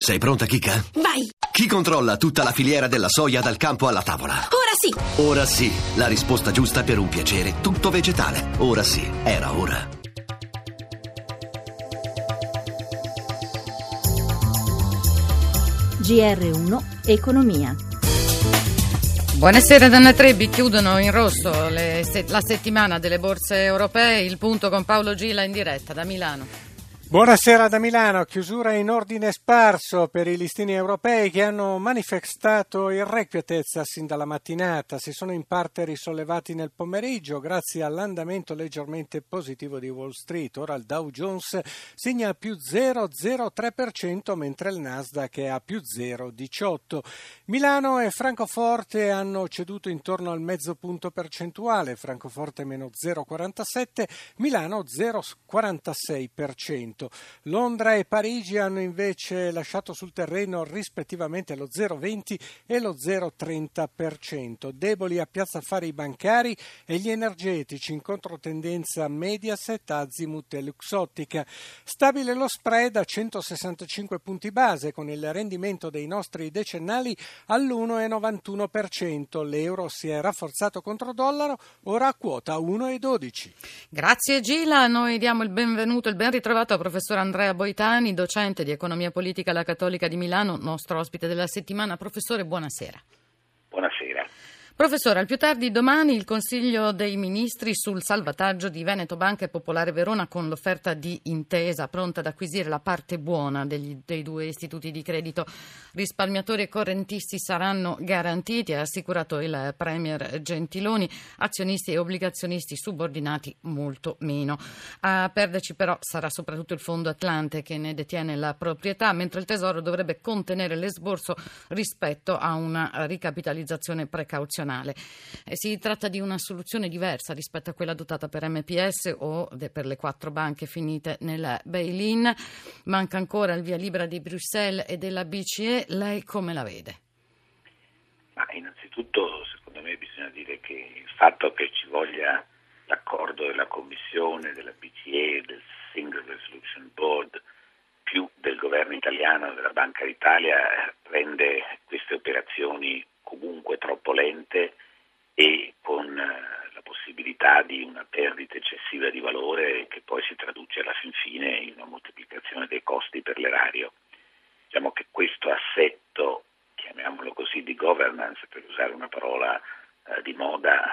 Sei pronta, Kika? Vai! Chi controlla tutta la filiera della soia dal campo alla tavola? Ora sì! Ora sì, la risposta giusta per un piacere tutto vegetale. Ora sì, era ora. GR1 Economia. Buonasera Danna Trebbi, chiudono in rosso la settimana delle borse europee, il punto con Paolo Gila in diretta da Milano. Buonasera da Milano, chiusura in ordine sparso per i listini europei che hanno manifestato irrequietezza sin dalla mattinata, si sono in parte risollevati nel pomeriggio grazie all'andamento leggermente positivo di Wall Street. Ora il Dow Jones segna più 0,03% mentre il Nasdaq è a più 0,18%. Milano e Francoforte hanno ceduto intorno al mezzo punto percentuale, Francoforte meno 0,47%, Milano 0,46%. Londra e Parigi hanno invece lasciato sul terreno rispettivamente lo 0,20 e lo 0,30%. Deboli a Piazza Affari i bancari e gli energetici, in controtendenza Mediaset, Azimut e Luxottica. Stabile lo spread a 165 punti base con il rendimento dei nostri decennali all'1,91%. L'euro si è rafforzato contro dollaro, ora a quota 1,12. Grazie Gila, noi diamo il benvenuto, il ben ritrovato al professor Andrea Boitani, docente di economia politica alla Cattolica di Milano, nostro ospite della settimana. Professore, buonasera. Buonasera. Professore, al più tardi domani il Consiglio dei Ministri sul salvataggio di Veneto Banca e Popolare Verona con l'offerta di intesa pronta ad acquisire la parte buona dei due istituti di credito. Risparmiatori e correntisti saranno garantiti, ha assicurato il Premier Gentiloni, azionisti e obbligazionisti subordinati molto meno. A perderci però sarà soprattutto il Fondo Atlante che ne detiene la proprietà, mentre il Tesoro dovrebbe contenere l'esborso rispetto a una ricapitalizzazione precauzionale. Si tratta di una soluzione diversa rispetto a quella adottata per MPS o per le 4 banche finite nel bail-in. Manca ancora il via libera di Bruxelles e della BCE. Lei come la vede? Ma innanzitutto, secondo me, bisogna dire che il fatto che ci voglia l'accordo della Commissione, della BCE, del Single Resolution Board, più del governo italiano e della Banca d'Italia, rende queste operazioni comunque troppo lente e con la possibilità di una perdita eccessiva di valore che poi si traduce alla fin fine in una moltiplicazione dei costi per l'erario. Diciamo che questo assetto, chiamiamolo così, di governance, per usare una parola di moda,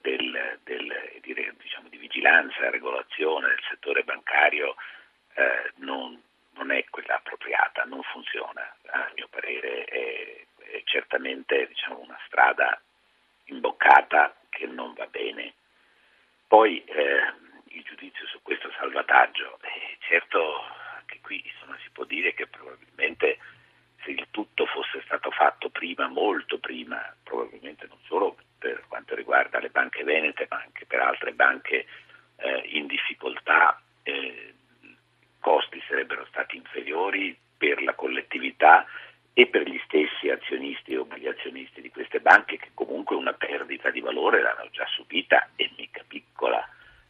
di vigilanza e regolazione del settore bancario non è quella appropriata, non funziona. A mio parere è certamente una strada imboccata che non va bene. Poi il giudizio su questo salvataggio, certo che qui si può dire che probabilmente se il tutto fosse stato fatto prima, molto prima, probabilmente non solo per quanto riguarda le banche venete ma anche per altre banche in difficoltà, i costi sarebbero stati inferiori per la collettività e per gli stessi azionisti e obbligazionisti di queste banche che comunque una perdita di valore l'hanno già subita e mica piccola,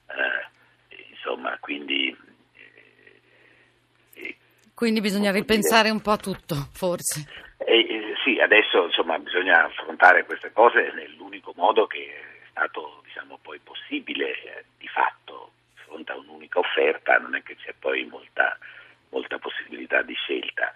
quindi bisogna ripensare un po' a tutto, forse. Sì, adesso bisogna affrontare queste cose nell'unico modo che è stato poi possibile di fatto. Di fronte a un'unica offerta non è che c'è poi molta possibilità di scelta.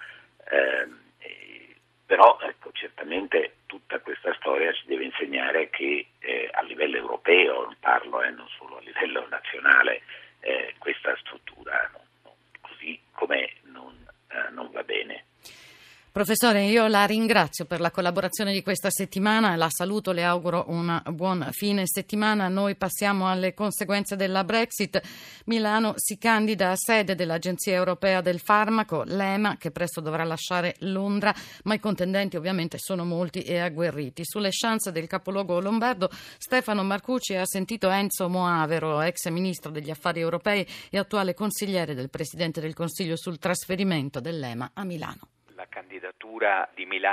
Però certamente tutta questa storia ci deve insegnare che a livello europeo, non parlo non solo a livello nazionale, questa struttura così com'è non va bene. Professore, io la ringrazio per la collaborazione di questa settimana, la saluto, le auguro un buon fine settimana. Noi passiamo alle conseguenze della Brexit. Milano si candida a sede dell'Agenzia Europea del Farmaco, l'EMA, che presto dovrà lasciare Londra, ma i contendenti ovviamente sono molti e agguerriti. Sulle chance del capoluogo lombardo, Stefano Marcucci ha sentito Enzo Moavero, ex ministro degli affari europei e attuale consigliere del Presidente del Consiglio sul trasferimento dell'EMA a Milano. La candidatura di Milano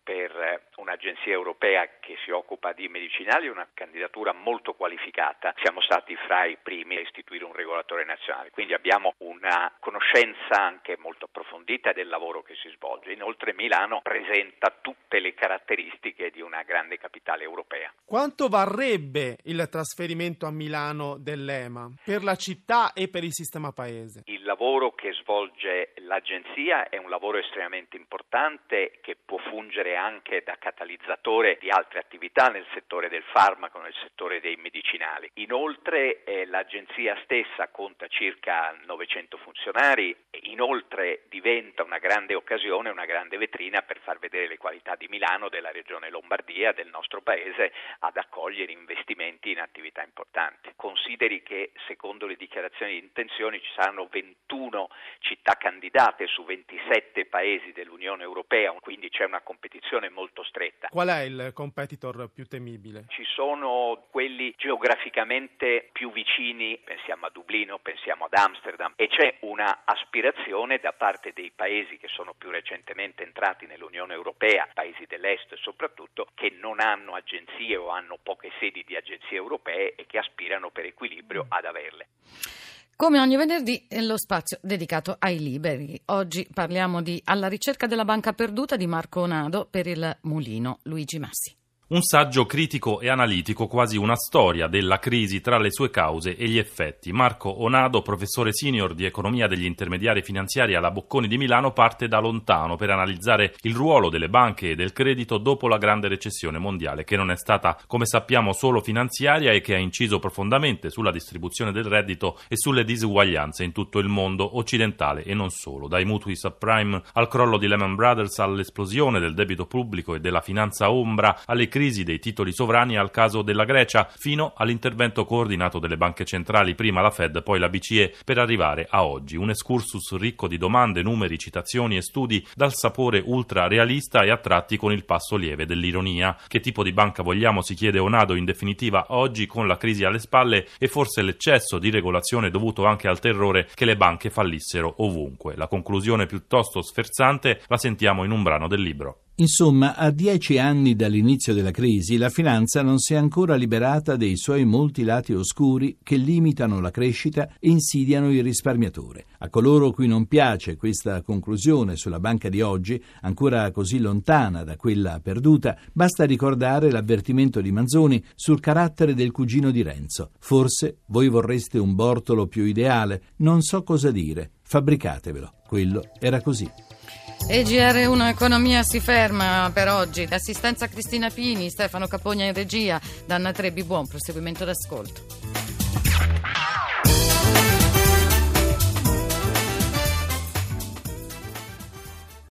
per un'agenzia europea che si occupa di medicinali, una candidatura molto qualificata. Siamo stati fra i primi a istituire un regolatore nazionale, quindi abbiamo una conoscenza anche molto approfondita del lavoro che si svolge. Inoltre Milano presenta tutte le caratteristiche di una grande capitale europea. Quanto varrebbe il trasferimento a Milano dell'EMA per la città e per il sistema paese? Il lavoro che svolge l'agenzia è un lavoro estremamente importante che può fungere anche da catalizzatore di altre attività nel settore del farmaco, nel settore dei medicinali. Inoltre l'agenzia stessa conta circa 900 funzionari e inoltre diventa una grande occasione, una grande vetrina per far vedere le qualità di Milano, della regione Lombardia, del nostro paese, ad accogliere investimenti in attività importanti. Consideri che secondo le dichiarazioni di intenzioni ci saranno 21 città candidate su 27 paesi dell'Unione Europea, quindi c'è una competizione molto stretta. Qual è il competitor più temibile? Ci sono quelli geograficamente più vicini, pensiamo a Dublino, pensiamo ad Amsterdam, e c'è una aspirazione da parte dei paesi che sono più recentemente entrati nell'Unione Europea, paesi dell'Est soprattutto, che non hanno agenzie o hanno poche sedi di agenzie europee e che aspirano per equilibrio ad averle. Come ogni venerdì, lo spazio dedicato ai libri. Oggi parliamo di Alla ricerca della banca perduta di Marco Onado per il Mulino. Luigi Massi. Un saggio critico e analitico, quasi una storia della crisi tra le sue cause e gli effetti. Marco Onado, professore senior di economia degli intermediari finanziari alla Bocconi di Milano, parte da lontano per analizzare il ruolo delle banche e del credito dopo la grande recessione mondiale, che non è stata, come sappiamo, solo finanziaria e che ha inciso profondamente sulla distribuzione del reddito e sulle disuguaglianze in tutto il mondo occidentale e non solo, dai mutui subprime al crollo di Lehman Brothers, all'esplosione del debito pubblico e della finanza ombra, alle crisi dei titoli sovrani al caso della Grecia, fino all'intervento coordinato delle banche centrali, prima la Fed, poi la BCE, per arrivare a oggi. Un excursus ricco di domande, numeri, citazioni e studi dal sapore ultra realista e a tratti con il passo lieve dell'ironia. Che tipo di banca vogliamo, si chiede Onado in definitiva oggi, con la crisi alle spalle e forse l'eccesso di regolazione dovuto anche al terrore che le banche fallissero ovunque. La conclusione piuttosto sferzante la sentiamo in un brano del libro. Insomma, a 10 anni dall'inizio della crisi, la finanza non si è ancora liberata dei suoi molti lati oscuri che limitano la crescita e insidiano il risparmiatore. A coloro cui non piace questa conclusione sulla banca di oggi, ancora così lontana da quella perduta, basta ricordare l'avvertimento di Manzoni sul carattere del cugino di Renzo. Forse voi vorreste un Bortolo più ideale, non so cosa dire, fabbricatevelo. Quello era così. E GR1 Economia si ferma per oggi. L'assistenza Cristina Pini, Stefano Capogna in regia, Danna Trebbi, buon proseguimento d'ascolto.